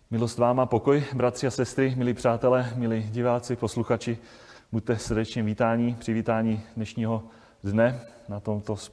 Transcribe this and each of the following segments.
Milost vám a pokoj, bratři a sestry, milí přátelé, milí diváci, posluchači. Buďte srdečně vítáni, přivítání dnešního dne na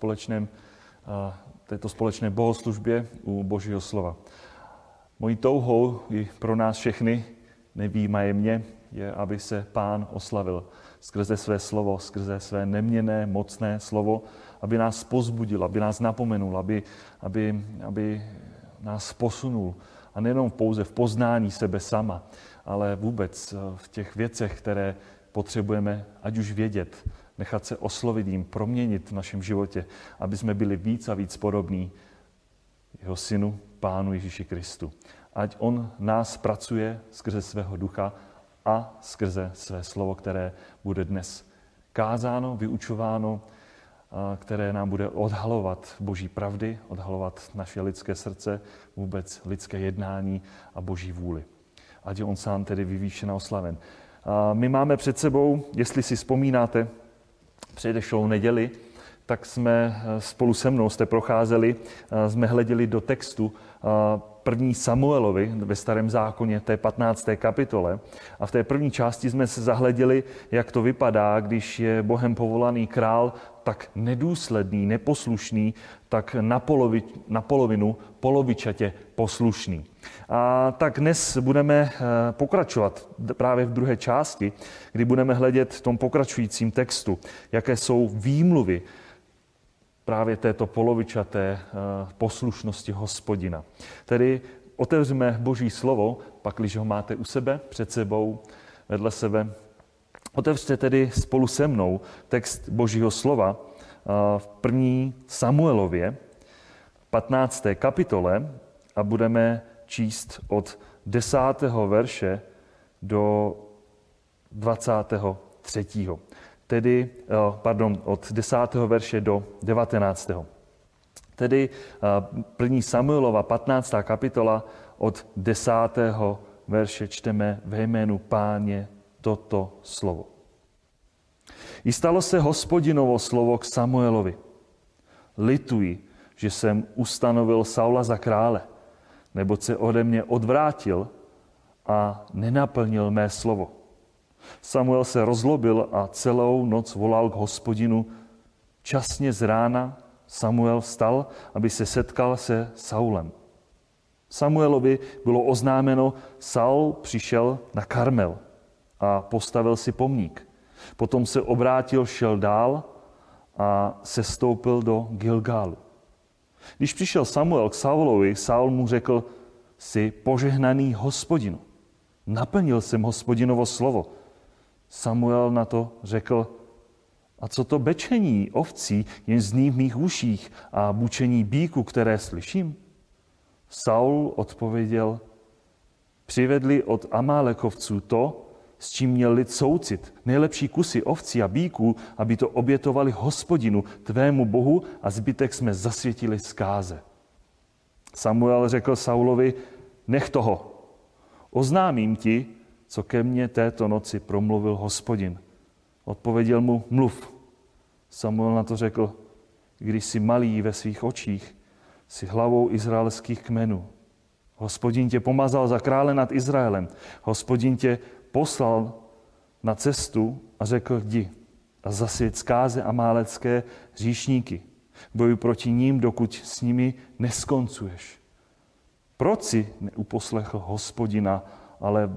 této společné bohoslužbě u Božího slova. Mojí touhou i pro nás všechny, nevyjímaje mě, je, aby se Pán oslavil skrze své slovo, skrze své neměnné, mocné slovo, aby nás povzbudil, aby nás napomenul, aby nás posunul. A nejenom pouze v poznání sebe sama, ale vůbec v těch věcech, které potřebujeme ať už vědět, nechat se oslovit jim, proměnit v našem životě, aby jsme byli víc a víc podobní jeho synu, Pánu Ježíši Kristu. Ať on nás pracuje skrze svého ducha a skrze své slovo, které bude dnes kázáno, vyučováno, které nám bude odhalovat Boží pravdy, odhalovat naše lidské srdce, vůbec lidské jednání a Boží vůli. Ať je on sám tedy vyvýšen a oslaven. My máme před sebou, jestli si vzpomínáte, předešlou neděli, tak jsme spolu se mnou jste procházeli, jsme hleděli do textu 1. Samuelovi ve Starém zákoně, té 15. kapitole. A v té první části jsme se zahleděli, jak to vypadá, když je Bohem povolaný král tak nedůsledný, neposlušný, tak na polovinu polovičatě poslušný. A tak dnes budeme pokračovat právě v druhé části, kdy budeme hledět v tom pokračujícím textu, jaké jsou výmluvy právě této polovičaté poslušnosti Hospodina. Tedy otevřeme Boží slovo, pakliž ho máte u sebe, před sebou, vedle sebe. Otevřte tedy spolu se mnou text Božího slova v 1. Samuelově, 15. kapitole a budeme číst od 10. verše do 23. Od 10. verše do 19. Tedy 1. Samuelova 15. kapitola od 10. verše čteme ve jménu Páně toto slovo. I stalo se Hospodinovo slovo k Samuelovi. Lituji, že jsem ustanovil Saula za krále, neboť se ode mě odvrátil a nenaplnil mé slovo. Samuel se rozlobil a celou noc volal k Hospodinu. Časně z rána Samuel vstal, aby se setkal se Saulem. Samuelovi bylo oznámeno, Saul přišel na Karmel a postavil si pomník. Potom se obrátil, šel dál a sestoupil do Gilgálu. Když přišel Samuel k Saulovi, Saul mu řekl, jsi požehnaný Hospodinu. Naplnil jsem Hospodinovo slovo. Samuel na to řekl, a co to bečení ovcí jen zní v mých uších a bučení býku, které slyším? Saul odpověděl, přivedli od Amálekovců to, s čím měl lid soucit, nejlepší kusy ovcí a býků, aby to obětovali Hospodinu, tvému Bohu, a zbytek jsme zasvětili zkáze. Samuel řekl Saulovi, nech toho, oznámím ti, co ke mně této noci promluvil Hospodin. Odpověděl mu, mluv. Samuel na to řekl, když jsi malý ve svých očích, jsi hlavou izraelských kmenů. Hospodin tě pomazal za krále nad Izraelem. Hospodin tě poslal na cestu a řekl, jdi a zasvěť zkáze amálecké hříšníky. Bojuj proti ním, dokud s nimi neskoncuješ. Proč si neuposlechl Hospodina, ale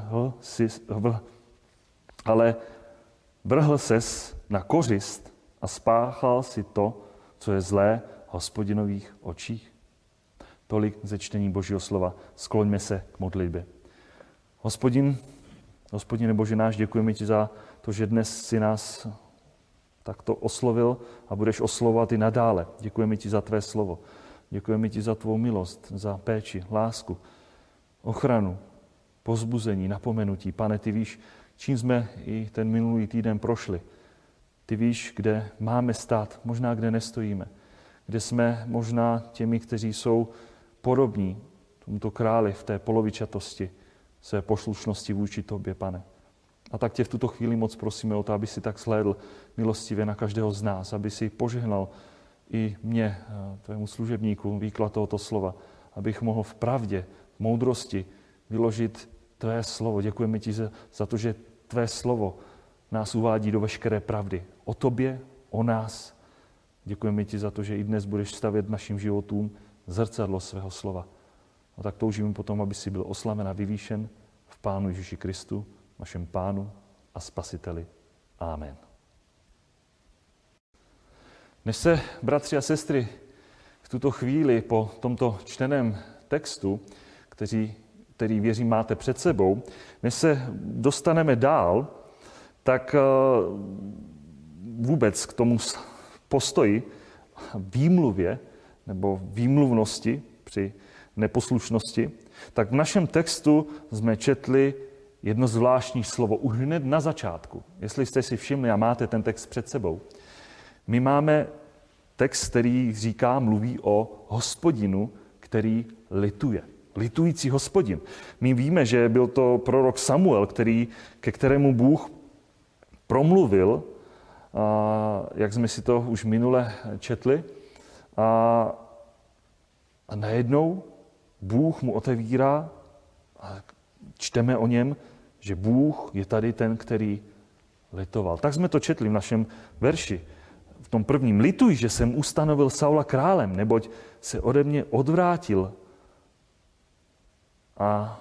vrhl ses na kořist a spáchal si to, co je zlé v Hospodinových očích? Tolik ze čtení Božího slova. Skloňme se k modlitbě. Hospodine Bože náš, děkujeme ti za to, že dnes si nás takto oslovil a budeš oslovovat i nadále. Děkujeme ti za tvé slovo. Děkujeme ti za tvou milost, za péči, lásku, ochranu, povzbuzení, napomenutí. Pane, ty víš, čím jsme i ten minulý týden prošli. Ty víš, kde máme stát, možná kde nestojíme. Kde jsme možná těmi, kteří jsou podobní tomuto králi v té polovičatosti své poslušnosti vůči tobě, Pane. A tak tě v tuto chvíli moc prosíme o to, aby si tak shlédl milostivě na každého z nás, aby si požehnal i mě, tvému služebníku, výklad tohoto slova, abych mohl v pravdě, v moudrosti vyložit tvé slovo. Děkujeme ti za to, že tvé slovo nás uvádí do veškeré pravdy. O tobě, o nás. Děkujeme ti za to, že i dnes budeš stavět našim životům zrcadlo svého slova. A tak toužíme potom, aby si byl oslaven a vyvýšen v Pánu Ježíši Kristu, našem Pánu a Spasiteli. Amen. Než se, bratři a sestry, v tuto chvíli po tomto čteném textu, který věřím máte před sebou, než se dostaneme dál, tak vůbec k tomu postoji výmluvě nebo výmluvnosti při neposlušnosti, tak v našem textu jsme četli jedno zvláštní slovo už hned na začátku. Jestli jste si všimli a máte ten text před sebou. My máme text, který mluví o Hospodinu, který lituje. Litující Hospodin. My víme, že byl to prorok Samuel, ke kterému Bůh promluvil, jak jsme si to už minule četli, a najednou Bůh mu otevírá a čteme o něm, že Bůh je tady ten, který litoval. Tak jsme to četli v našem verši. V tom prvním: lituj, že jsem ustanovil Saula králem, neboť se ode mě odvrátil a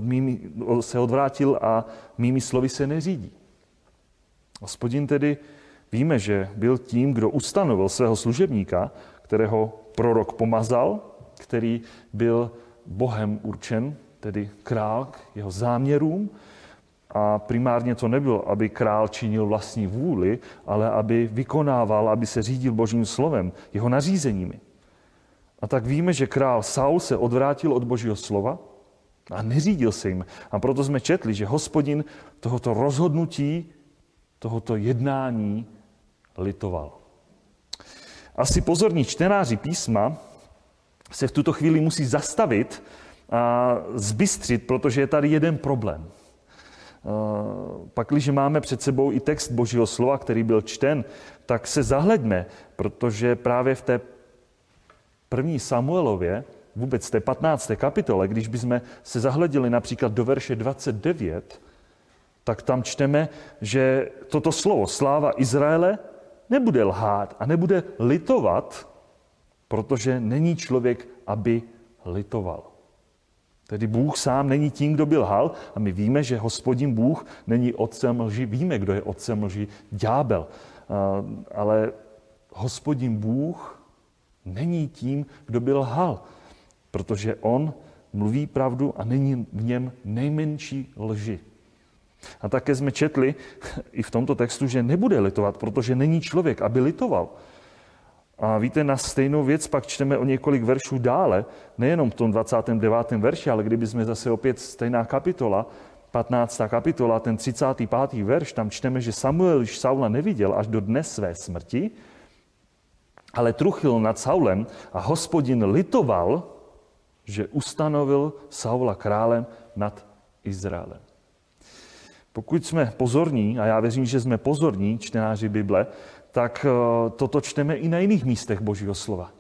mými slovy se neřídí. Hospodin tedy víme, že byl tím, kdo ustanovil svého služebníka, kterého prorok pomazal, který byl Bohem určen, tedy král k jeho záměrům. A primárně to nebylo, aby král činil vlastní vůli, ale aby vykonával, aby se řídil Božím slovem, jeho nařízeními. A tak víme, že král Saul se odvrátil od Božího slova a neřídil se jim. A proto jsme četli, že Hospodin tohoto rozhodnutí, tohoto jednání litoval. Asi pozorní čtenáři písma se v tuto chvíli musí zastavit a zbystřit, protože je tady jeden problém. Pakliže máme před sebou i text Božího slova, který byl čten, tak se zahleďme, protože právě v té první Samuelově, vůbec té 15. kapitole, když bychom se zahleděli například do verše 29, tak tam čteme, že toto slovo sláva Izraele nebude lhát a nebude litovat, protože není člověk, aby litoval. Tedy Bůh sám není tím, kdo by lhal, a my víme, že Hospodin Bůh není otcem lži. Víme, kdo je otcem lži, ďábel. Ale Hospodin Bůh není tím, kdo by lhal, protože on mluví pravdu a není v něm nejmenší lži. A také jsme četli i v tomto textu, že nebude litovat, protože není člověk, aby litoval. A víte, na stejnou věc pak čteme o několik veršů dále, nejenom v tom 29. verši, ale kdybychom zase opět stejná kapitola, 15. kapitola, ten 35. verš, tam čteme, že Samuel již Saula neviděl až do dne své smrti, ale truchlil nad Saulem a Hospodin litoval, že ustanovil Saula králem nad Izraelem. Pokud jsme pozorní, a já věřím, že jsme pozorní čtenáři Bible, tak toto čteme i na jiných místech Božího slova.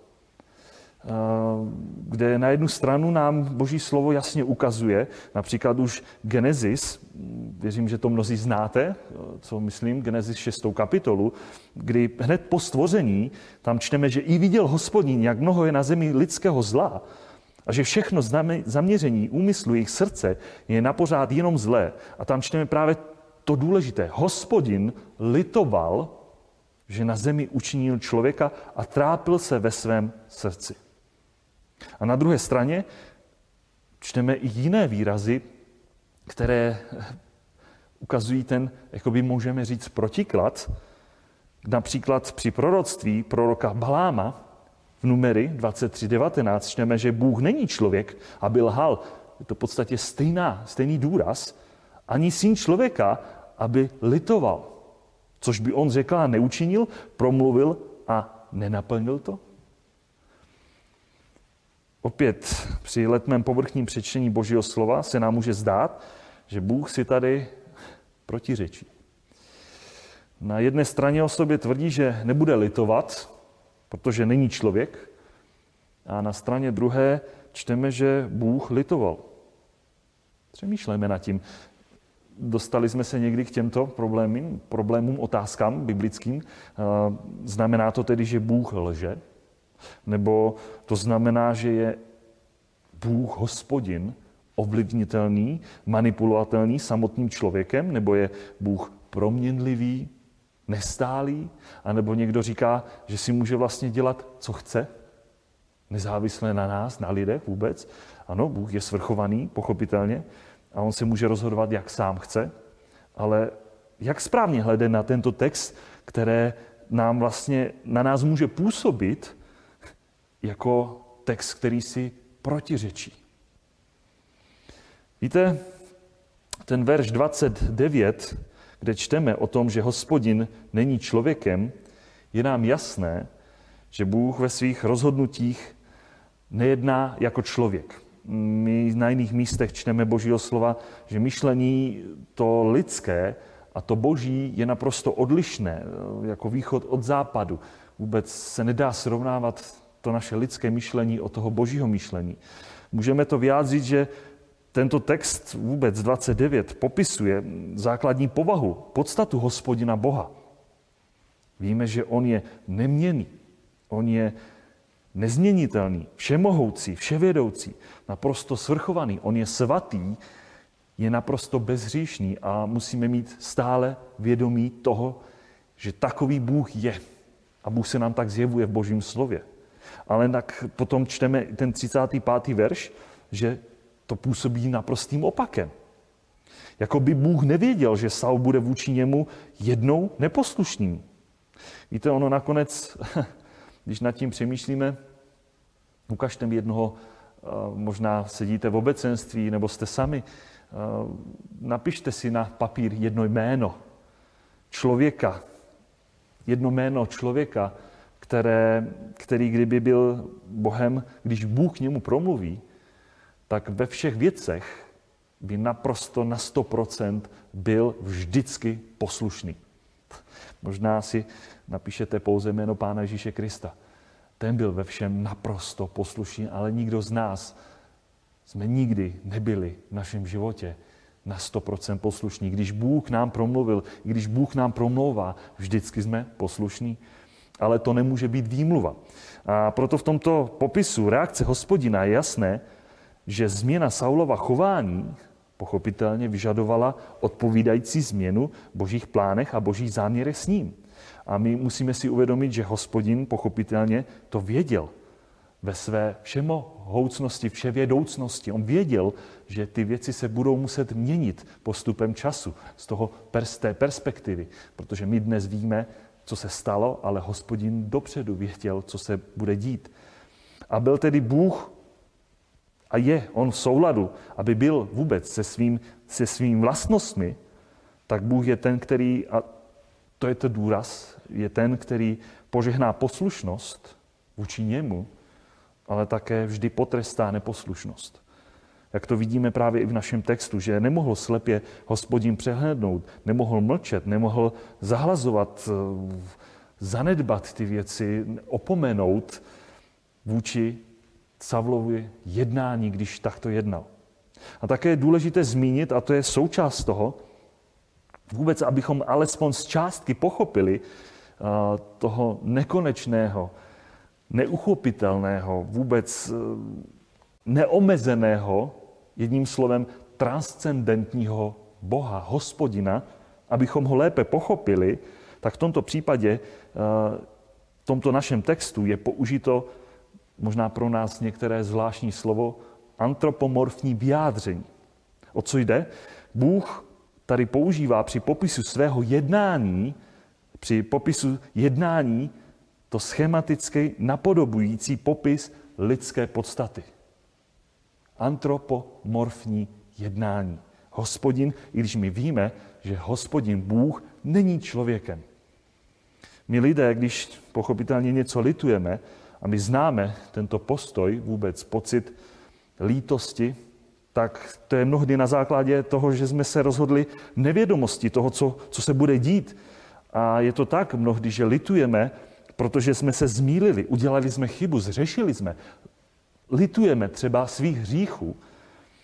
Kde na jednu stranu nám Boží slovo jasně ukazuje, například už Genesis, věřím, že to mnozí znáte, co myslím, Genesis 6. kapitolu, kdy hned po stvoření tam čteme, že i viděl Hospodin, jak mnoho je na zemi lidského zla, a že všechno zaměření úmyslu jejich srdce je napořád jenom zlé. A tam čteme právě to důležité. Hospodin litoval, že na zemi učinil člověka a trápil se ve svém srdci. A na druhé straně čteme i jiné výrazy, které ukazují ten, jakoby můžeme říct, protiklad. Například při proroctví proroka Baláma v Numery 23.19 čteme, že Bůh není člověk, aby lhal. Je to v podstatě stejný důraz. Ani syn člověka, aby litoval. Což by on řekl a neučinil, promluvil a nenaplnil to? Opět při letmém povrchním přečtení Božího slova se nám může zdát, že Bůh si tady protiřečí. Na jedné straně o sobě tvrdí, že nebude litovat, protože není člověk, a na straně druhé čteme, že Bůh litoval. Přemýšlejme nad tím. Dostali jsme se někdy k těmto problémům, otázkám biblickým. Znamená to tedy, že Bůh lže? Nebo to znamená, že je Bůh Hospodin ovlivnitelný, manipulovatelný samotným člověkem? Nebo je Bůh proměnlivý, nestálý? A nebo někdo říká, že si může vlastně dělat, co chce? Nezávisle na nás, na lidech vůbec? Ano, Bůh je svrchovaný, pochopitelně, a on se může rozhodovat, jak sám chce, ale jak správně hledat na tento text, které nám vlastně na nás může působit jako text, který si protiřečí. Víte, ten verš 29, kde čteme o tom, že Hospodin není člověkem, je nám jasné, že Bůh ve svých rozhodnutích nejedná jako člověk. My na jiných místech čteme Božího slova, že myšlení to lidské a to Boží je naprosto odlišné, jako východ od západu. Vůbec se nedá srovnávat to naše lidské myšlení od toho Božího myšlení. Můžeme to vyjádřit, že tento text vůbec 29 popisuje základní povahu, podstatu Hospodina Boha. Víme, že on je neměnný, on je nezměnitelný, všemohoucí, vševědoucí, naprosto svrchovaný. On je svatý, je naprosto bezhříšný a musíme mít stále vědomí toho, že takový Bůh je. A Bůh se nám tak zjevuje v Božím slově. Ale tak potom čteme ten 35. verš, že to působí naprostým opakem. Jako by Bůh nevěděl, že Saul bude vůči němu jednou neposlušný. Víte, ono nakonec, když nad tím přemýšlíme, ukažte mi jednoho, možná sedíte v obecenství, nebo jste sami, napište si na papír jedno jméno člověka, který kdyby byl Bohem, když Bůh k němu promluví, tak ve všech věcech by naprosto na 100% byl vždycky poslušný. Možná si napíšete pouze jméno Pána Ježíše Krista. Ten byl ve všem naprosto poslušný, ale nikdo z nás jsme nikdy nebyli v našem životě na 100% poslušní. Když Bůh nám promluvil, když Bůh nám promlouvá, vždycky jsme poslušní, ale to nemůže být výmluva. A proto v tomto popisu reakce Hospodina je jasné, že změna Saulova chování pochopitelně vyžadovala odpovídající změnu v Božích plánech a Božích záměrech s ním. A my musíme si uvědomit, že Hospodin pochopitelně to věděl ve své všemohoucnosti, vševědoucnosti. On věděl, že ty věci se budou muset měnit postupem času z té perspektivy, protože my dnes víme, co se stalo, ale Hospodin dopředu věděl, co se bude dít. A byl tedy Bůh a je on v souladu, aby byl vůbec se svými vlastnostmi, tak Bůh je ten, který, a to je to důraz, je ten, který požehná poslušnost vůči němu, ale také vždy potrestá neposlušnost. Jak to vidíme právě i v našem textu, že nemohl slepě Hospodin přehlédnout, nemohl mlčet, nemohl zahlazovat, zanedbat ty věci, opomenout vůči Saulovi jednání, když takto jednal. A také je důležité zmínit, a to je součást toho, vůbec, abychom alespoň z částky pochopili toho nekonečného, neuchopitelného, vůbec neomezeného, jedním slovem transcendentního Boha, Hospodina, abychom ho lépe pochopili, tak v tomto případě, v tomto našem textu je použito možná pro nás některé zvláštní slovo antropomorfní vyjádření. O co jde? Bůh tady používá při popisu svého jednání, to schematicky napodobující popis lidské podstaty. Antropomorfní jednání. Hospodin, i když my víme, že Hospodin Bůh není člověkem. My lidé, když pochopitelně něco litujeme, a my známe tento postoj, vůbec pocit lítosti, tak to je mnohdy na základě toho, že jsme se rozhodli v nevědomosti toho, co se bude dít. A je to tak mnohdy, že litujeme, protože jsme se zmýlili, udělali jsme chybu, zřešili jsme. Litujeme třeba svých hříchů,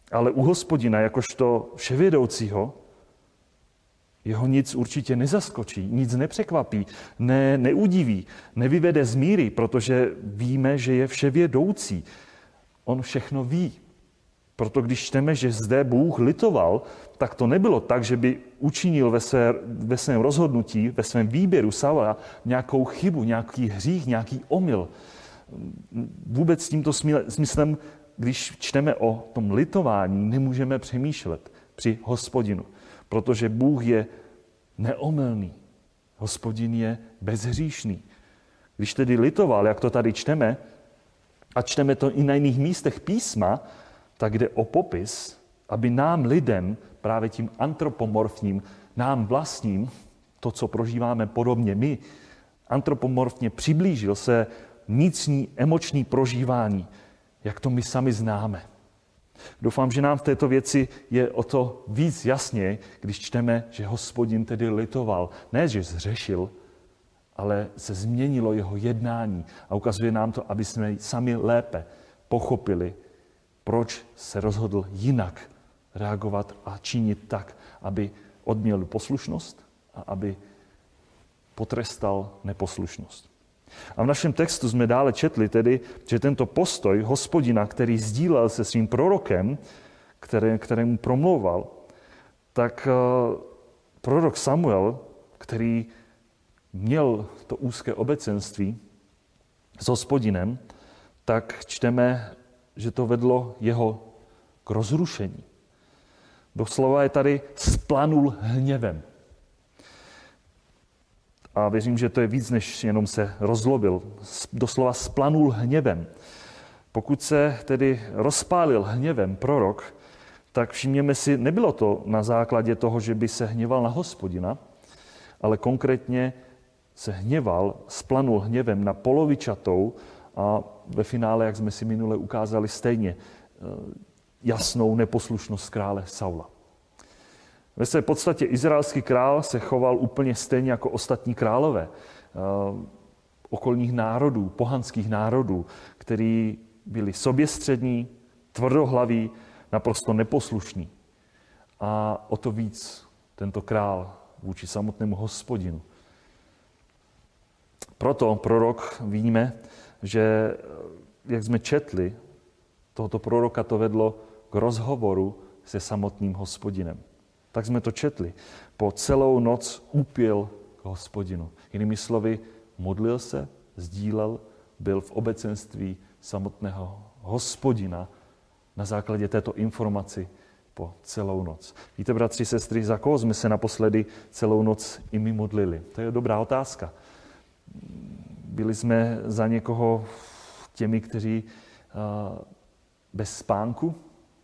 Ale u Hospodina, jakožto vševědoucího, jeho nic určitě nezaskočí, nic nepřekvapí, neudiví, nevyvede z míry, protože víme, že je vševědoucí. On všechno ví. Proto když čteme, že zde Bůh litoval, tak to nebylo tak, že by učinil ve svém rozhodnutí, ve svém výběru Saula nějakou chybu, nějaký hřích, nějaký omyl. Vůbec s tímto smyslem, když čteme o tom litování, nemůžeme přemýšlet při Hospodinu, protože Bůh je neomylný. Hospodin je bezhříšný. Když tedy litoval, jak to tady čteme, a čteme to i na jiných místech písma, tak jde o popis, aby nám lidem, právě tím antropomorfním, nám vlastním, to, co prožíváme podobně my, antropomorfně přiblížil se vnitřní emoční prožívání, jak to my sami známe. Doufám, že nám v této věci je o to víc jasně, když čteme, že Hospodin tedy litoval. Ne, že zřešil, ale se změnilo jeho jednání a ukazuje nám to, aby jsme sami lépe pochopili, proč se rozhodl jinak reagovat a činit tak, aby odměnil poslušnost a aby potrestal neposlušnost. A v našem textu jsme dále četli tedy, že tento postoj Hospodina, který sdílel se svým prorokem, kterému promlouval, tak prorok Samuel, který měl to úzké obecenství s Hospodinem, tak čteme, že to vedlo jeho k rozrušení. Doslova je tady splanul hněvem. A věřím, že to je víc, než jenom se rozlobil. Doslova splanul hněvem. Pokud se tedy rozpálil hněvem prorok, tak všimněme si, nebylo to na základě toho, že by se hněval na Hospodina, ale konkrétně se hněval, splanul hněvem na polovičatou a ve finále, jak jsme si minule ukázali, stejně jasnou neposlušnost krále Saula. Ve své podstatě izraelský král se choval úplně stejně jako ostatní králové okolních národů, pohanských národů, kteří byli soběstřední, tvrdohlaví, naprosto neposlušní. A o to víc tento král vůči samotnému Hospodinu. Proto prorok víme, že, jak jsme četli, tohoto proroka to vedlo k rozhovoru se samotným Hospodinem. Tak jsme to četli. Po celou noc úpěl k Hospodinu. Jinými slovy, modlil se, sdílel, byl v obecenství samotného Hospodina na základě této informaci po celou noc. Víte, bratři, sestry, za koho jsme se naposledy celou noc i my modlili? To je dobrá otázka. Byli jsme za někoho těmi, kteří bez spánku,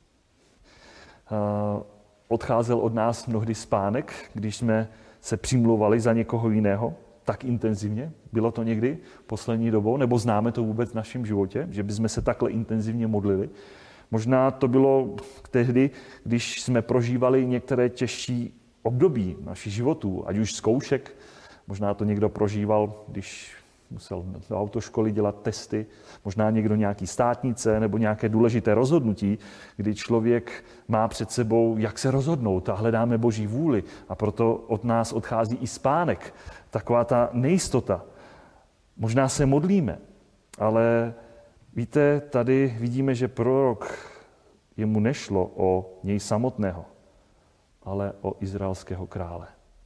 odcházel od nás mnohdy spánek, když jsme se přimlouvali za někoho jiného, tak intenzivně. Bylo to někdy poslední dobou, nebo známe to vůbec v našem životě, že bychom se takhle intenzivně modlili. Možná to bylo tehdy, když jsme prožívali některé těžší období našich životů, ať už zkoušek, možná to někdo prožíval, když musel do autoškoly dělat testy, možná někdo nějaký státnice nebo nějaké důležité rozhodnutí, kdy člověk má před sebou, jak se rozhodnout a hledáme Boží vůli a proto od nás odchází i spánek, taková ta nejistota. Možná se modlíme, ale víte, tady vidíme, že prorok, jemu nešlo o něj samotného, ale o izraelského krále.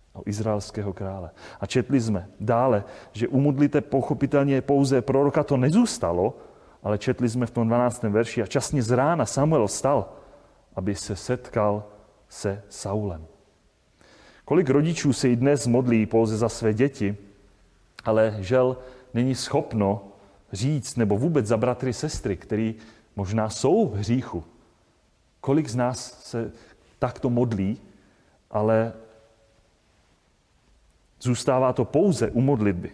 A četli jsme dále, že u modliteb pochopitelně pouze proroka to nezůstalo, ale četli jsme v tom 12. verši a časně z rána Samuel vstal, aby se setkal se Saulem. Kolik rodičů se i dnes modlí pouze za své děti, ale žel není schopno říct nebo vůbec za bratry, sestry, který možná jsou v hříchu. Kolik z nás se takto modlí, ale zůstává to pouze u modlitby.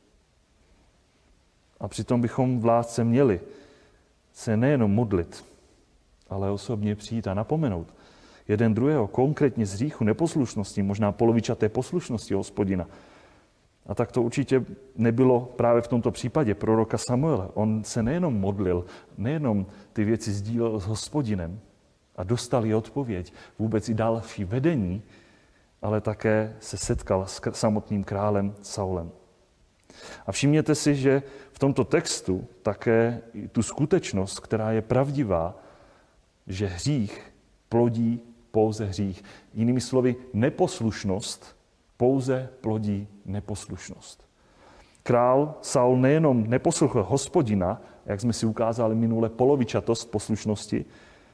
A přitom bychom v lásce měli se nejenom modlit, ale osobně přijít a napomenout jeden druhého, konkrétně z hříchu neposlušnosti, možná polovičaté poslušnosti Hospodina. A tak to určitě nebylo právě v tomto případě proroka Samuela. On se nejenom modlil, nejenom ty věci sdílel s Hospodinem a a dostali odpověď, vůbec i další vedení, ale také se setkal s samotným králem Saulem. A všimněte si, že v tomto textu také tu skutečnost, která je pravdivá, že hřích plodí pouze hřích. Jinými slovy, neposlušnost pouze plodí neposlušnost. Král Saul nejenom neposlouchal Hospodina, jak jsme si ukázali minule, polovičatost poslušnosti,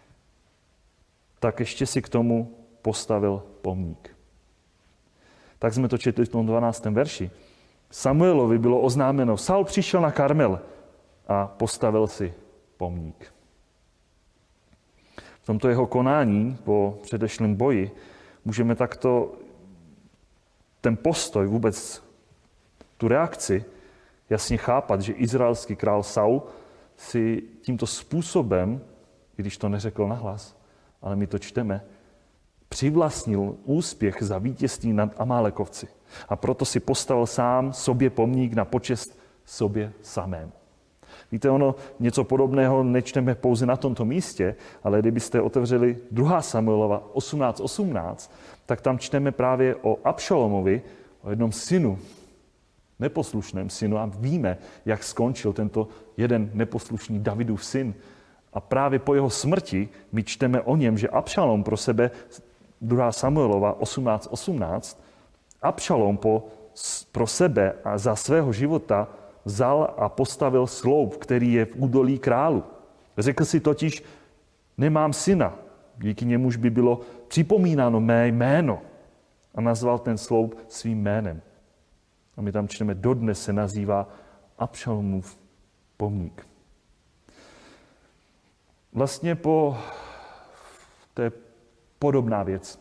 tak ještě si k tomu postavil pomník. Tak jsme to četli v tom 12. verši. Samuelovi bylo oznámeno, Saul přišel na Karmel a postavil si pomník. V tomto jeho konání po předešlém boji můžeme takto ten postoj, vůbec tu reakci jasně chápat, že izraelský král Saul si tímto způsobem, i když to neřekl nahlas, ale my to čteme, přivlastnil úspěch za vítězství nad Amálekovci. A proto si postavil sám sobě pomník na počest sobě samému. Víte, ono něco podobného nečteme pouze na tomto místě, ale kdybyste otevřeli 2. Samuelova 18:18, tak tam čteme právě o Abšalomovi, o jednom synu, neposlušném synu, a víme, jak skončil tento jeden neposlušný Davidův syn. A právě po jeho smrti my čteme o něm, že Abšalom pro sebe, 2. Samuelova 18:18, Abšalom pro sebe a za svého života vzal a postavil sloup, který je v údolí králu. Řekl si totiž, nemám syna, díky němuž by bylo připomínáno mé jméno. A nazval ten sloup svým jménem. A my tam čteme, dodnes se nazývá Abšalomův pomník. Vlastně to je podobná věc.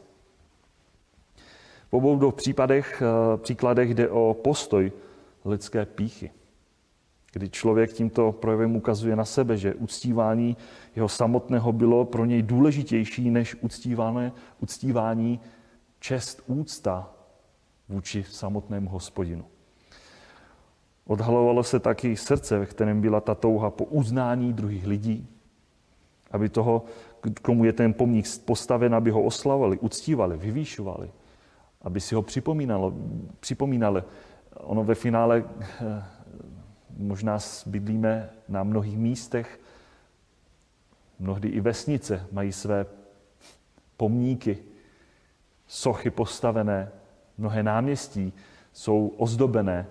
V obou příkladech jde o postoj lidské pýchy, kdy člověk tímto projevem ukazuje na sebe, že uctívání jeho samotného bylo pro něj důležitější než uctívání čest, úcta vůči samotnému Hospodinu. Odhalovalo se taky srdce, ve kterém byla ta touha po uznání druhých lidí, aby toho, komu je ten pomník postaven, aby ho oslavovali, uctívali, vyvýšovali, aby si ho připomínali. Ono ve finále možná bydlíme na mnohých místech, mnohdy i vesnice mají své pomníky, sochy postavené, mnohé náměstí jsou ozdobené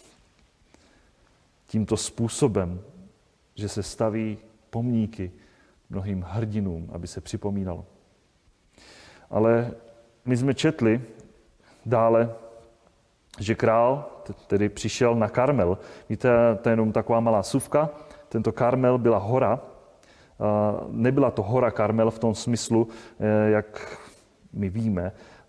tímto způsobem, že se staví pomníky mnohým hrdinům, aby se připomínalo. Ale my jsme četli dále, že král tedy přišel na Karmel. Víte, to je jenom taková malá suvka. Tento Karmel byla hora. Nebyla to hora Karmel v tom smyslu, jak my víme.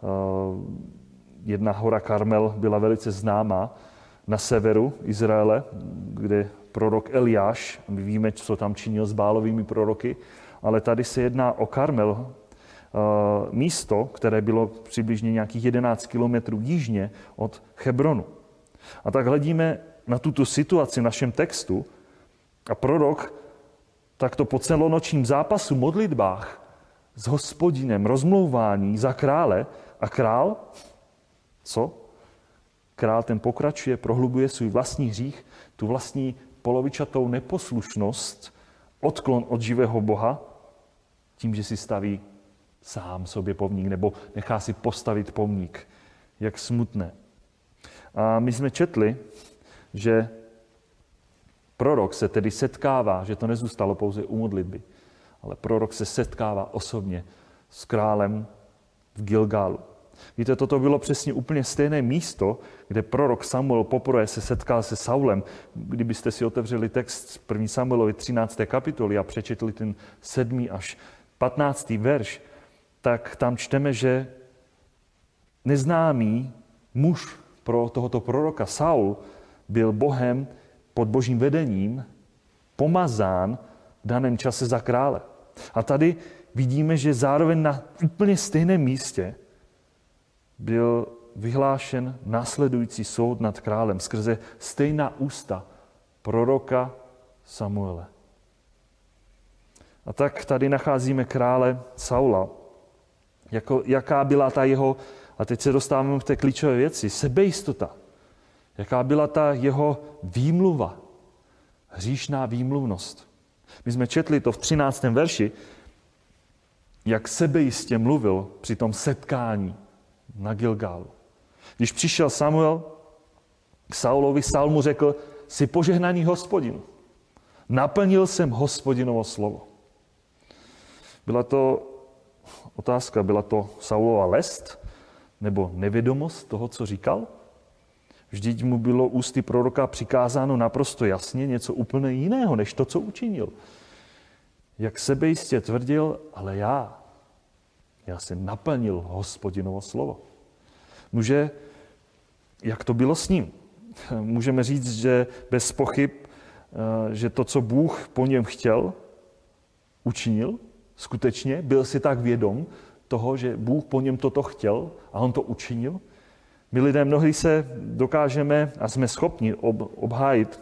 Jedna hora Karmel byla velice známá na severu Izraele, kde prorok Eliáš, my víme, co tam činil s Bálovými proroky, ale tady se jedná o Karmel, místo, které bylo přibližně nějakých 11 kilometrů jižně od Hebronu. A tak hledíme na tuto situaci v našem textu a prorok takto po celonočním zápasu, modlitbách s Hospodinem, rozmlouvání za krále a král, co? Král ten pokračuje, prohlubuje svůj vlastní hřích, tu vlastní polovičatou neposlušnost, odklon od živého Boha, tím, že si staví sám sobě pomník, nebo nechá si postavit pomník. Jak smutné. A my jsme četli, že prorok se tedy setkává, že to nezůstalo pouze u modlitby, ale prorok se setkává osobně s králem v Gilgálu. Víte, toto bylo přesně úplně stejné místo, kde prorok Samuel poprvé se setkal se Saulem. Kdybyste si otevřeli text 1. Samuelovi 13. kapitoly a přečetli ten 7. až 15. verš, tak tam čteme, že neznámý muž pro tohoto proroka Saul byl Bohem pod božím vedením pomazán v daném čase za krále. A tady vidíme, že zároveň na úplně stejném místě byl vyhlášen následující soud nad králem skrze stejná ústa proroka Samuele. A tak tady nacházíme krále Saula. Jaká byla ta jeho, a teď se dostáváme k té klíčové věci, sebejistota. Jaká byla ta jeho výmluva, hříšná výmluvnost. My jsme četli to v 13. verši, jak sebejistě mluvil při tom setkání na Gilgálu. Když přišel Samuel k Saulovi, Saul mu řekl, jsi požehnaný Hospodinu. Naplnil jsem Hospodinovo slovo. Byla to otázka, byla to Saulova lest nebo nevědomost toho, co říkal? Vždyť mu bylo ústy proroka přikázáno naprosto jasně něco úplně jiného, než to, co učinil. Jak sebejistě tvrdil, ale já jsem naplnil Hospodinovo slovo. Jak to bylo s ním? Můžeme říct, že bez pochyb, že to, co Bůh po něm chtěl, učinil, skutečně byl si tak vědom toho, že Bůh po něm toto chtěl a on to učinil. My lidé mnohdy se dokážeme a jsme schopni obhájit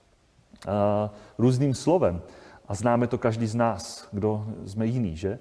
různým slovem. A známe to každý z nás, kdo jsme jiný, že?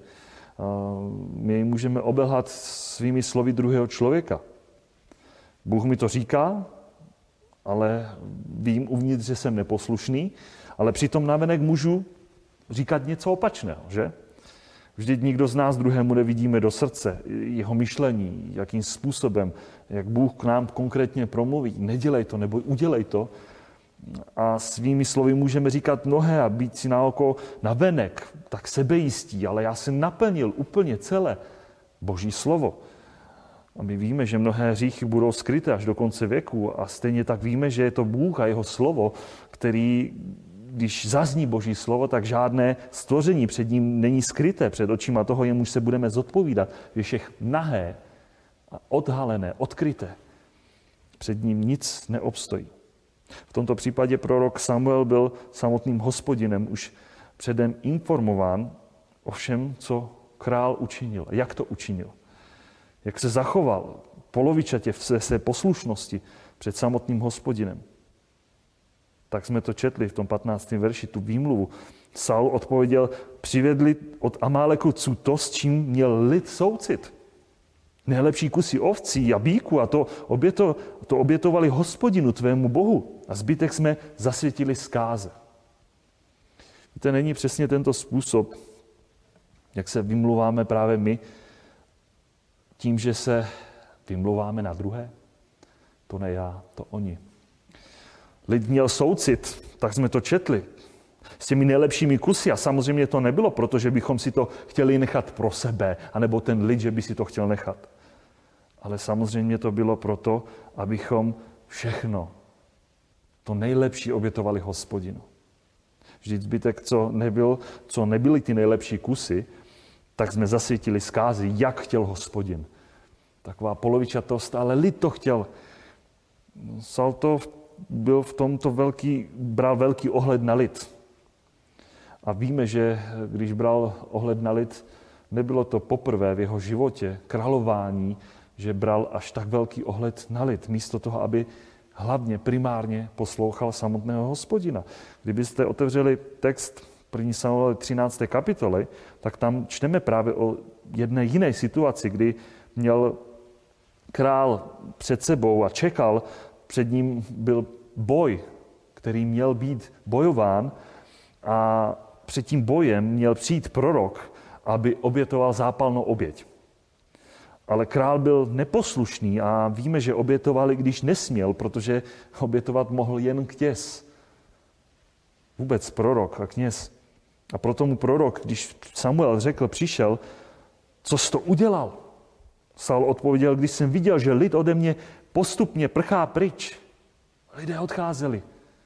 My můžeme obelhat svými slovy druhého člověka. Bůh mi to říká, ale vím uvnitř, že jsem neposlušný, ale přitom navenek můžu říkat něco opačného, že? Vždyť nikdo z nás druhému nevidíme do srdce, jeho myšlení, jakým způsobem, jak Bůh k nám konkrétně promluví. Nedělej to, nebo udělej to. A svými slovy můžeme říkat mnohé a být si na oko navenek, tak sebejistí, ale já jsem naplnil úplně celé Boží slovo. A my víme, že mnohé hříchy budou skryté až do konce věku a stejně tak víme, že je to Bůh a jeho slovo, který, když zazní Boží slovo, tak žádné stvoření před ním není skryté, před očima toho, jemuž se budeme zodpovídat. Je všech nahé a odhalené, odkryté. Před ním nic neobstojí. V tomto případě prorok Samuel byl samotným Hospodinem už předem informován o všem, co král učinil. Jak to učinil. Jak se zachoval polovičatě v své poslušnosti před samotným Hospodinem. Tak jsme to četli v tom 15. verši, tu výmluvu. Saul odpověděl, přivedli od Amálekůců to, s čím měl lid soucit. Nejlepší kusy ovcí a bíků a to obětovali Hospodinu, tvému Bohu. A zbytek jsme zasvětili zkáze. Víte, není přesně tento způsob, jak se vymluváme právě my, tím, že se vymluváme na druhé? To ne já, to oni. Lid měl soucit, tak jsme to četli, s těmi nejlepšími kusy. A samozřejmě to nebylo, protože bychom si to chtěli nechat pro sebe, anebo ten lid, že by si to chtěl nechat. Ale samozřejmě to bylo proto, abychom všechno, to nejlepší obětovali Hospodinu. Vždyť zbytek, co nebyly ty nejlepší kusy, tak jsme zasvětili zkázy, jak chtěl Hospodin. Taková polovičatost, ale lid to chtěl. Saul to byl v tomto bral velký ohled na lid. A víme, že když bral ohled na lid, nebylo to poprvé v jeho životě, králování, že bral až tak velký ohled na lid, místo toho, aby hlavně, primárně poslouchal samotného Hospodina. Kdybyste otevřeli text 1. Samuel 13. kapitoly, tak tam čteme právě o jedné jiné situaci, kdy měl král před sebou a čekal, před ním byl boj, který měl být bojován a před tím bojem měl přijít prorok, aby obětoval zápalnou oběť. Ale král byl neposlušný a víme, že obětoval, i když nesměl, protože obětovat mohl jen kněz. Vůbec prorok a kněz. A proto mu prorok, když Samuel přišel, co jsi to udělal? Saul odpověděl, když jsem viděl, že lid ode mě postupně prchá pryč. Lidé odcházeli.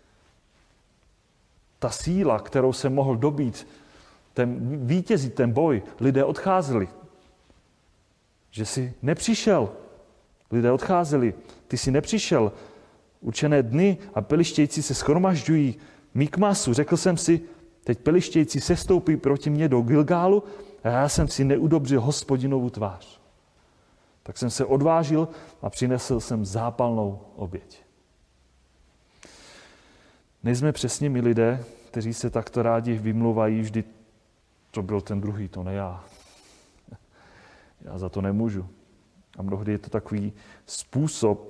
Ta síla, kterou se mohl dobít, vítězit ten boj, lidé odcházeli. Že jsi nepřišel. Lidé odcházeli. Ty jsi nepřišel. Určené dny a pelištějci se shromažďují Mikmasu. Řekl jsem si, teď pelištějci sestoupí proti mně do Gilgálu a já jsem si neudobřil Hospodinovu tvář. Tak jsem se odvážil a přinesl jsem zápalnou oběť. Nejsme přesně my lidé, kteří se takto rádi vymlouvají vždy to byl ten druhý, to ne já. Já za to nemůžu. A mnohdy je to takový způsob,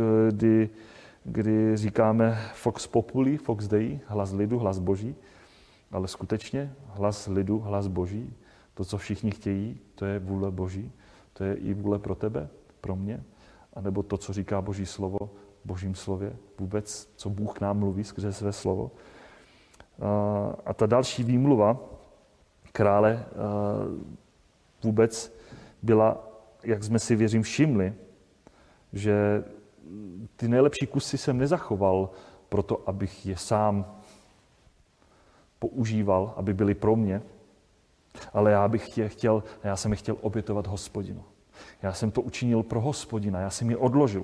kdy říkáme Vox Populi, Vox Dei, hlas lidu, hlas Boží, ale skutečně hlas lidu, hlas Boží, to, co všichni chtějí, to je vůle Boží, to je i vůle pro tebe, pro mě, anebo to, co říká Boží slovo, v Božím slově, vůbec, co Bůh nám mluví skrze své slovo. A ta další výmluva krále vůbec byla, jak jsme si věřím všimli, že ty nejlepší kusy jsem nezachoval proto, abych je sám používal, aby byly pro mě, ale já jsem je chtěl obětovat Hospodinu. Já jsem to učinil pro Hospodina, já jsem je odložil.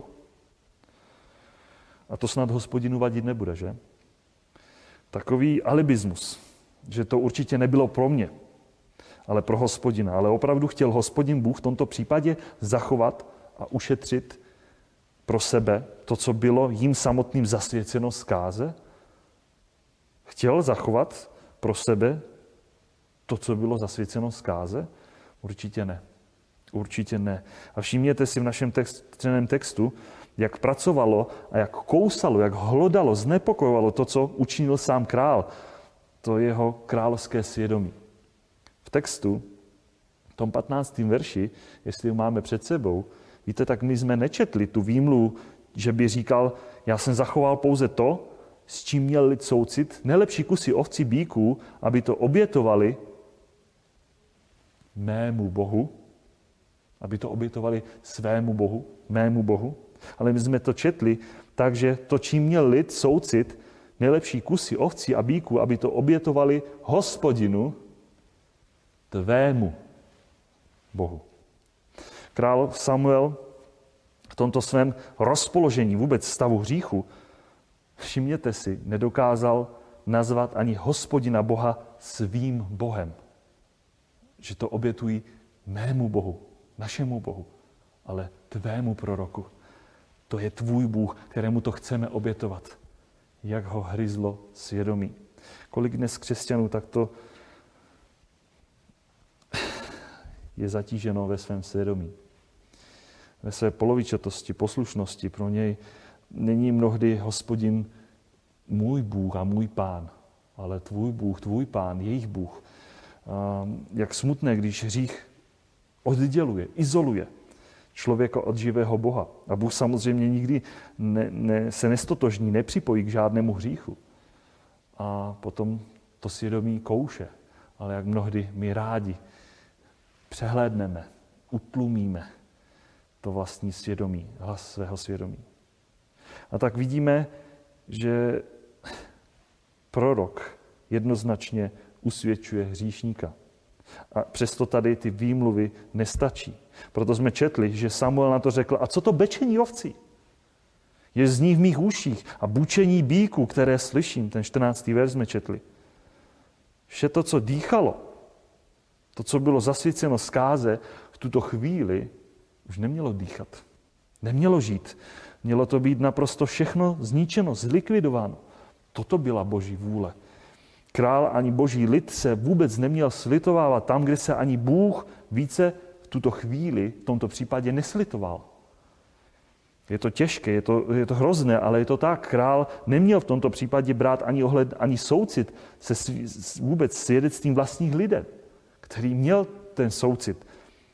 A to snad Hospodinu vadit nebude, že? Takový alibismus, že to určitě nebylo pro mě, ale pro Hospodina. Ale opravdu chtěl Hospodin Bůh v tomto případě zachovat a ušetřit pro sebe to, co bylo jim samotným zasvěceno zkáze? Chtěl zachovat pro sebe to, co bylo zasvěceno zkáze? Určitě ne. Určitě ne. A všimněte si v našem čteném textu, jak pracovalo a jak kousalo, jak hlodalo, znepokojovalo to, co učinil sám král. To jeho královské svědomí. V textu, v tom 15. verši, jestli ho máme před sebou, víte, tak my jsme nečetli tu výmluvu, že by říkal, já jsem zachoval pouze to, s čím měl lid soucit, nejlepší kusy ovcí bíků, aby to obětovali mému Bohu, aby to obětovali svému Bohu, mému Bohu. Ale my jsme to četli, takže to, čím měl lid soucit, nejlepší kusy ovcí a bíků, aby to obětovali Hospodinu, tvému Bohu. Král Samuel v tomto svém rozpoložení vůbec stavu hříchu, všimněte si, nedokázal nazvat ani Hospodina Boha svým Bohem. Že to obětují mému Bohu, našemu Bohu, ale tvému proroku. To je tvůj Bůh, kterému to chceme obětovat. Jak ho hryzlo svědomí. Kolik dnes křesťanů takto je zatíženo ve svém svědomí. Ve své polovičatosti, poslušnosti. Pro něj není mnohdy Hospodin můj Bůh a můj Pán, ale tvůj Bůh, tvůj Pán, jejich Bůh. Jak smutné, když hřích odděluje, izoluje člověka od živého Boha. A Bůh samozřejmě nikdy se nestotožní, nepřipojí k žádnému hříchu. A potom to svědomí kouše. Ale jak mnohdy my rádi přehlédneme, utlumíme to vlastní svědomí, hlas svého svědomí. A tak vidíme, že prorok jednoznačně usvědčuje hříšníka. A přesto tady ty výmluvy nestačí. Proto jsme četli, že Samuel na to řekl, a co to bečení ovcí? Je zní v mých uších a bučení bíků, které slyším. Ten 14. verš jsme četli. Vše to, co dýchalo, to, co bylo zasvěceno zkáze, v tuto chvíli už nemělo dýchat. Nemělo žít. Mělo to být naprosto všechno zničeno, zlikvidováno. Toto byla Boží vůle. Král ani Boží lid se vůbec neměl slitovávat tam, kde se ani Bůh více v tuto chvíli, v tomto případě, neslitoval. Je to těžké, je to hrozné, ale je to tak. Král neměl v tomto případě brát ani ohled, ani soucit se vůbec svědectvím vlastních lidé, který měl ten soucit,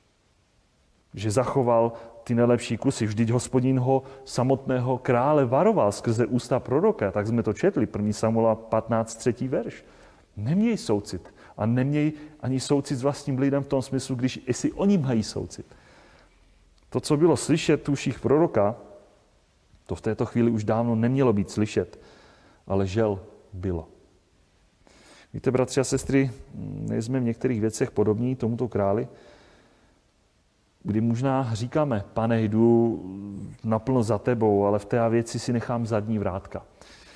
že zachoval ty nejlepší kusy. Vždyť Hospodin ho samotného krále varoval skrze ústa proroka. Tak jsme to četli, 1. Samuela 15, 3. verš. Neměj soucit. A neměj ani soucit s vlastním lidem v tom smyslu, jestli oni mají soucit. To, co bylo slyšet v uších proroka, to v této chvíli už dávno nemělo být slyšet, ale žel bylo. Víte, bratři a sestry, nejsme v některých věcech podobní tomuto králi, kdy možná říkáme, Pane, jdu naplno za tebou, ale v té věci si nechám zadní vrátka.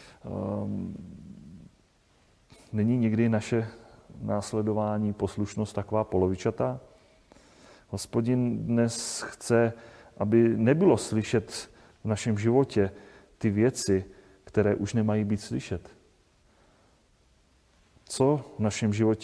Není někdy naše následování, poslušnost taková polovičatá? Hospodin dnes chce, aby nebylo slyšet v našem životě ty věci, které už nemají být slyšet. Co v našem životě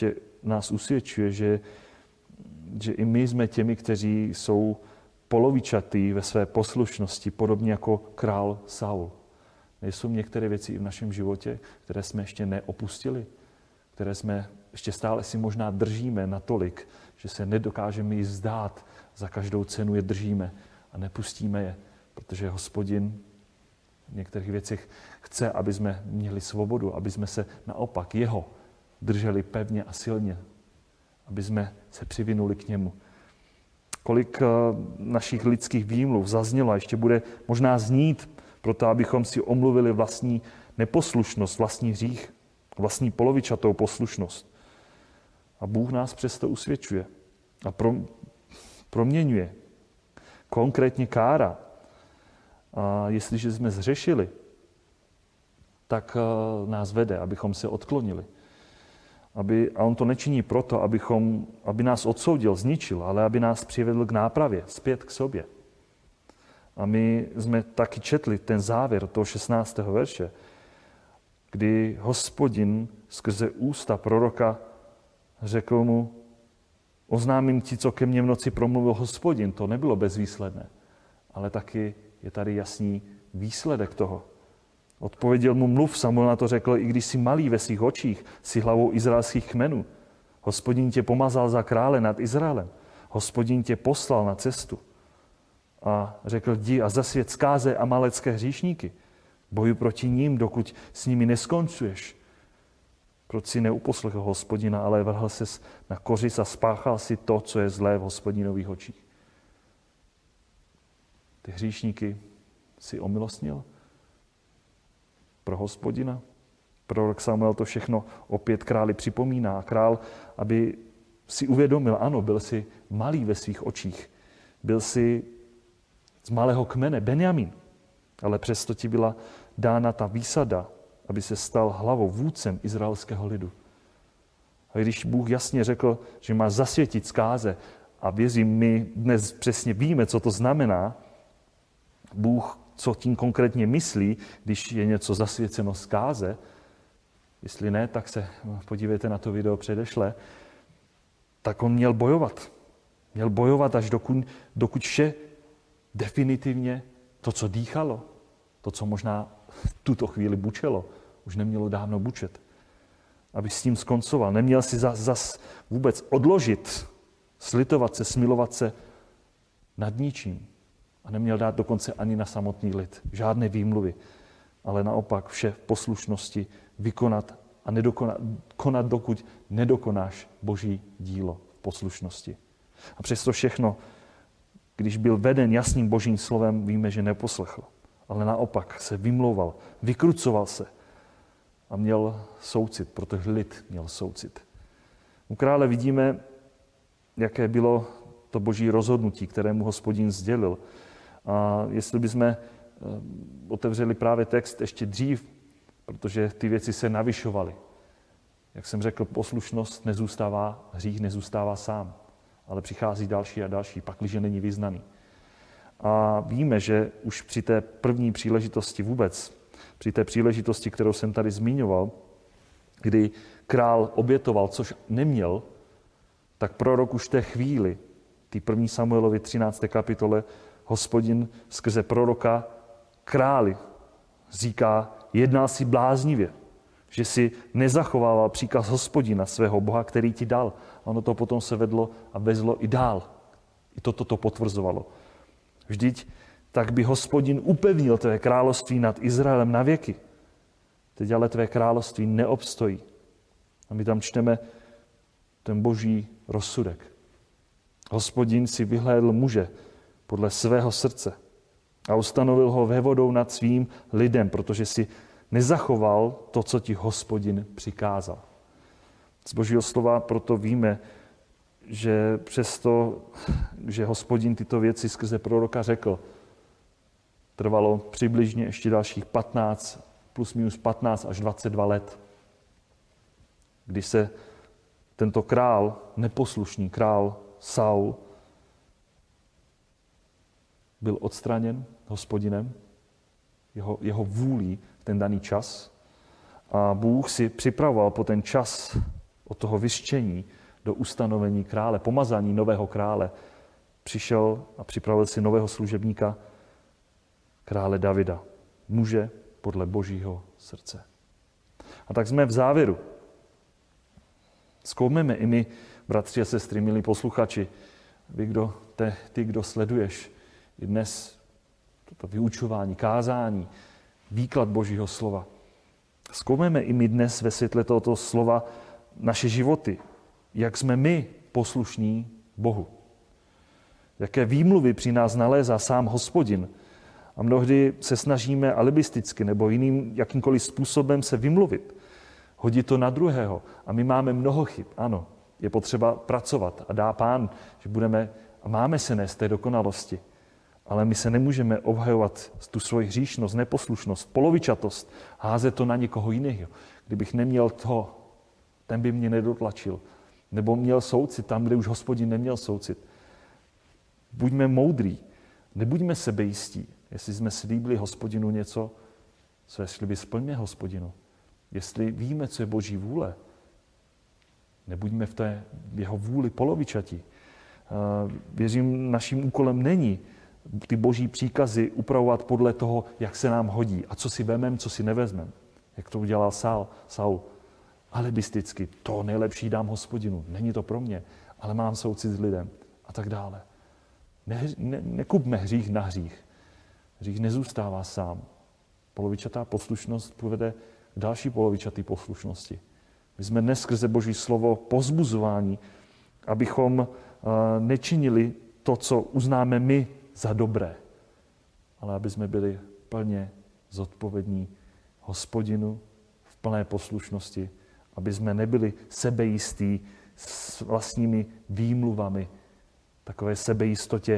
nás usvědčuje, že i my jsme těmi, kteří jsou polovičatý ve své poslušnosti, podobně jako král Saul. Nejsou některé věci i v našem životě, které jsme ještě neopustili, které jsme ještě stále si možná držíme natolik, že se nedokážeme jí vzdát, za každou cenu je držíme a nepustíme je, protože Hospodin v některých věcech chce, aby jsme měli svobodu, aby jsme se naopak jeho drželi pevně a silně, aby jsme se přivinuli k němu. Kolik našich lidských výmluv zaznělo a ještě bude možná znít proto, abychom si omluvili vlastní neposlušnost, vlastní hřích, vlastní polovičatou poslušnost. A Bůh nás přesto usvědčuje a proměňuje. Konkrétně kára. A jestliže jsme zřešili, tak nás vede, abychom se odklonili. A on to nečiní proto, aby nás odsoudil, zničil, ale aby nás přivedl k nápravě, zpět k sobě. A my jsme taky četli ten závěr toho 16. verše, kdy Hospodin skrze ústa proroka řekl mu, oznámím ti, co ke mně v noci promluvil Hospodin. To nebylo bezvýsledné, ale taky je tady jasný výsledek toho. Odpověděl mu, mluv, Samuel na to řekl, i když jsi malý ve svých očích, jsi hlavou izraelských kmenů. Hospodin tě pomazal za krále nad Izraelem. Hospodin tě poslal na cestu. A řekl, jdi a zasvěť zkáze amalecké hříšníky. Bojuj proti ním, dokud s nimi neskoncuješ. Proč si neuposlechl Hospodina, ale vrhl ses na kořist a spáchal si to, co je zlé v Hospodinových očích. Ty hříšníky si omilostnil pro Hospodina. Prorok Samuel to všechno opět králi připomíná. Král, aby si uvědomil, ano, byl si malý ve svých očích. Byl si z malého kmene, Benjamín. Ale přesto ti byla dána ta výsada, aby se stal hlavou, vůdcem izraelského lidu. A když Bůh jasně řekl, že má zasvětit zkáze, a věřím, my dnes přesně víme, co to znamená, Bůh, co tím konkrétně myslí, když je něco zasvěceno zkáze, jestli ne, tak se podívejte na to video předešle, tak on měl bojovat. Měl bojovat až dokud vše definitivně to, co dýchalo, to, co možná v tuto chvíli bučelo, už nemělo dávno bučet. Aby s tím skoncoval. Neměl si zas vůbec odložit, slitovat se, smilovat se nad ničím. A neměl dát dokonce ani na samotný lid. Žádné výmluvy. Ale naopak vše v poslušnosti vykonat a konat, dokud nedokonáš Boží dílo v poslušnosti. A přesto všechno, když byl veden jasným Božím slovem, víme, že neposlechl. Ale naopak se vymlouval, vykrucoval se a měl soucit, protože lid měl soucit. U krále vidíme, jaké bylo to Boží rozhodnutí, kterému Hospodin sdělil. A jestli bychom otevřeli právě text ještě dřív, protože ty věci se navyšovaly. Jak jsem řekl, poslušnost nezůstává, hřích nezůstává sám, ale přichází další a další, pakliže není vyznaný. A víme, že už při té první příležitosti vůbec, při té příležitosti, kterou jsem tady zmiňoval, kdy král obětoval, což neměl, tak prorok už v té chvíli, ty 1. Samuelovi 13. kapitole, Hospodin skrze proroka králi říká, jednal si bláznivě, že si nezachovával příkaz Hospodina, svého Boha, který ti dal. Ono to potom se vedlo a vezlo i dál. I toto to potvrzovalo. Vždyť tak by Hospodin upevnil tvé království nad Izraelem na věky. Teď ale tvé království neobstojí. A my tam čteme ten Boží rozsudek. Hospodin si vyhlédl muže podle svého srdce a ustanovil ho vévodou nad svým lidem, protože si nezachoval to, co ti Hospodin přikázal. Z Božího slova proto víme, že přesto, že Hospodin tyto věci skrze proroka řekl, trvalo přibližně ještě dalších 15, plus minus 15 až 22 let, kdy se tento král, neposlušný král Saul, byl odstraněn Hospodinem, jeho vůlí v ten daný čas. A Bůh si připravoval po ten čas od toho vyřčení do ustanovení krále, pomazání nového krále, přišel a připravil si nového služebníka, krále Davida, muže podle Božího srdce. A tak jsme v závěru. Zkoumeme i my, bratři a sestry, milí posluchači, ty, kdo sleduješ i dnes toto vyučování, kázání, výklad Božího slova. Zkoumeme i my dnes ve světle tohoto slova naše životy, jak jsme my poslušní Bohu. Jaké výmluvy při nás nalézá sám Hospodin. A mnohdy se snažíme alibisticky nebo jiným jakýmkoliv způsobem se vymluvit. Hodit to na druhého. A my máme mnoho chyb. Ano, je potřeba pracovat a dá Pán, že budeme a máme se nést té dokonalosti. Ale my se nemůžeme obhajovat tu svoji hříšnost, neposlušnost, polovičatost, házet to na někoho jiného. Kdybych neměl to, ten by mě nedotlačil. Nebo měl soucit tam, kde už Hospodin neměl soucit. Buďme moudrý, nebuďme sebejistí. Jestli jsme slíbili Hospodinu něco, své sliby splňme Hospodinu. Jestli víme, co je Boží vůle, nebuďme v té jeho vůli polovičatí. Věřím, naším úkolem není ty Boží příkazy upravovat podle toho, jak se nám hodí a co si vemem, co si nevezmem. Jak to udělal Saul. Alibisticky, to nejlepší dám Hospodinu. Není to pro mě, ale mám soucit s lidem a tak dále. Nekupme hřích na hřích. Hřích nezůstává sám. Polovičatá poslušnost povede k další polovičatý poslušnosti. My jsme dnes skrze Boží slovo povzbuzováni, abychom nečinili to, co uznáme my za dobré, ale aby jsme byli plně zodpovědní Hospodinu v plné poslušnosti, aby jsme nebyli sebejistí s vlastními výmluvami, takové sebejistotě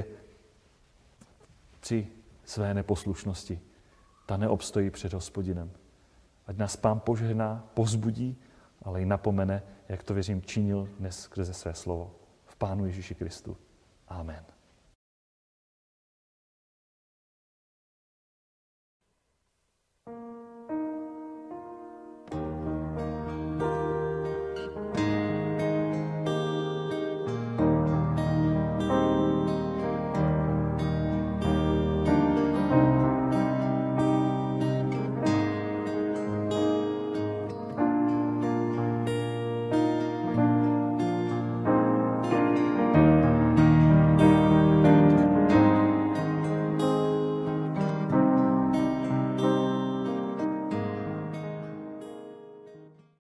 při své neposlušnosti. Ta neobstojí před Hospodinem. Ať nás Pán požehná, povzbudí, ale i napomene, jak to věřím činil dnes skrze své slovo. V Pánu Ježíši Kristu. Amen.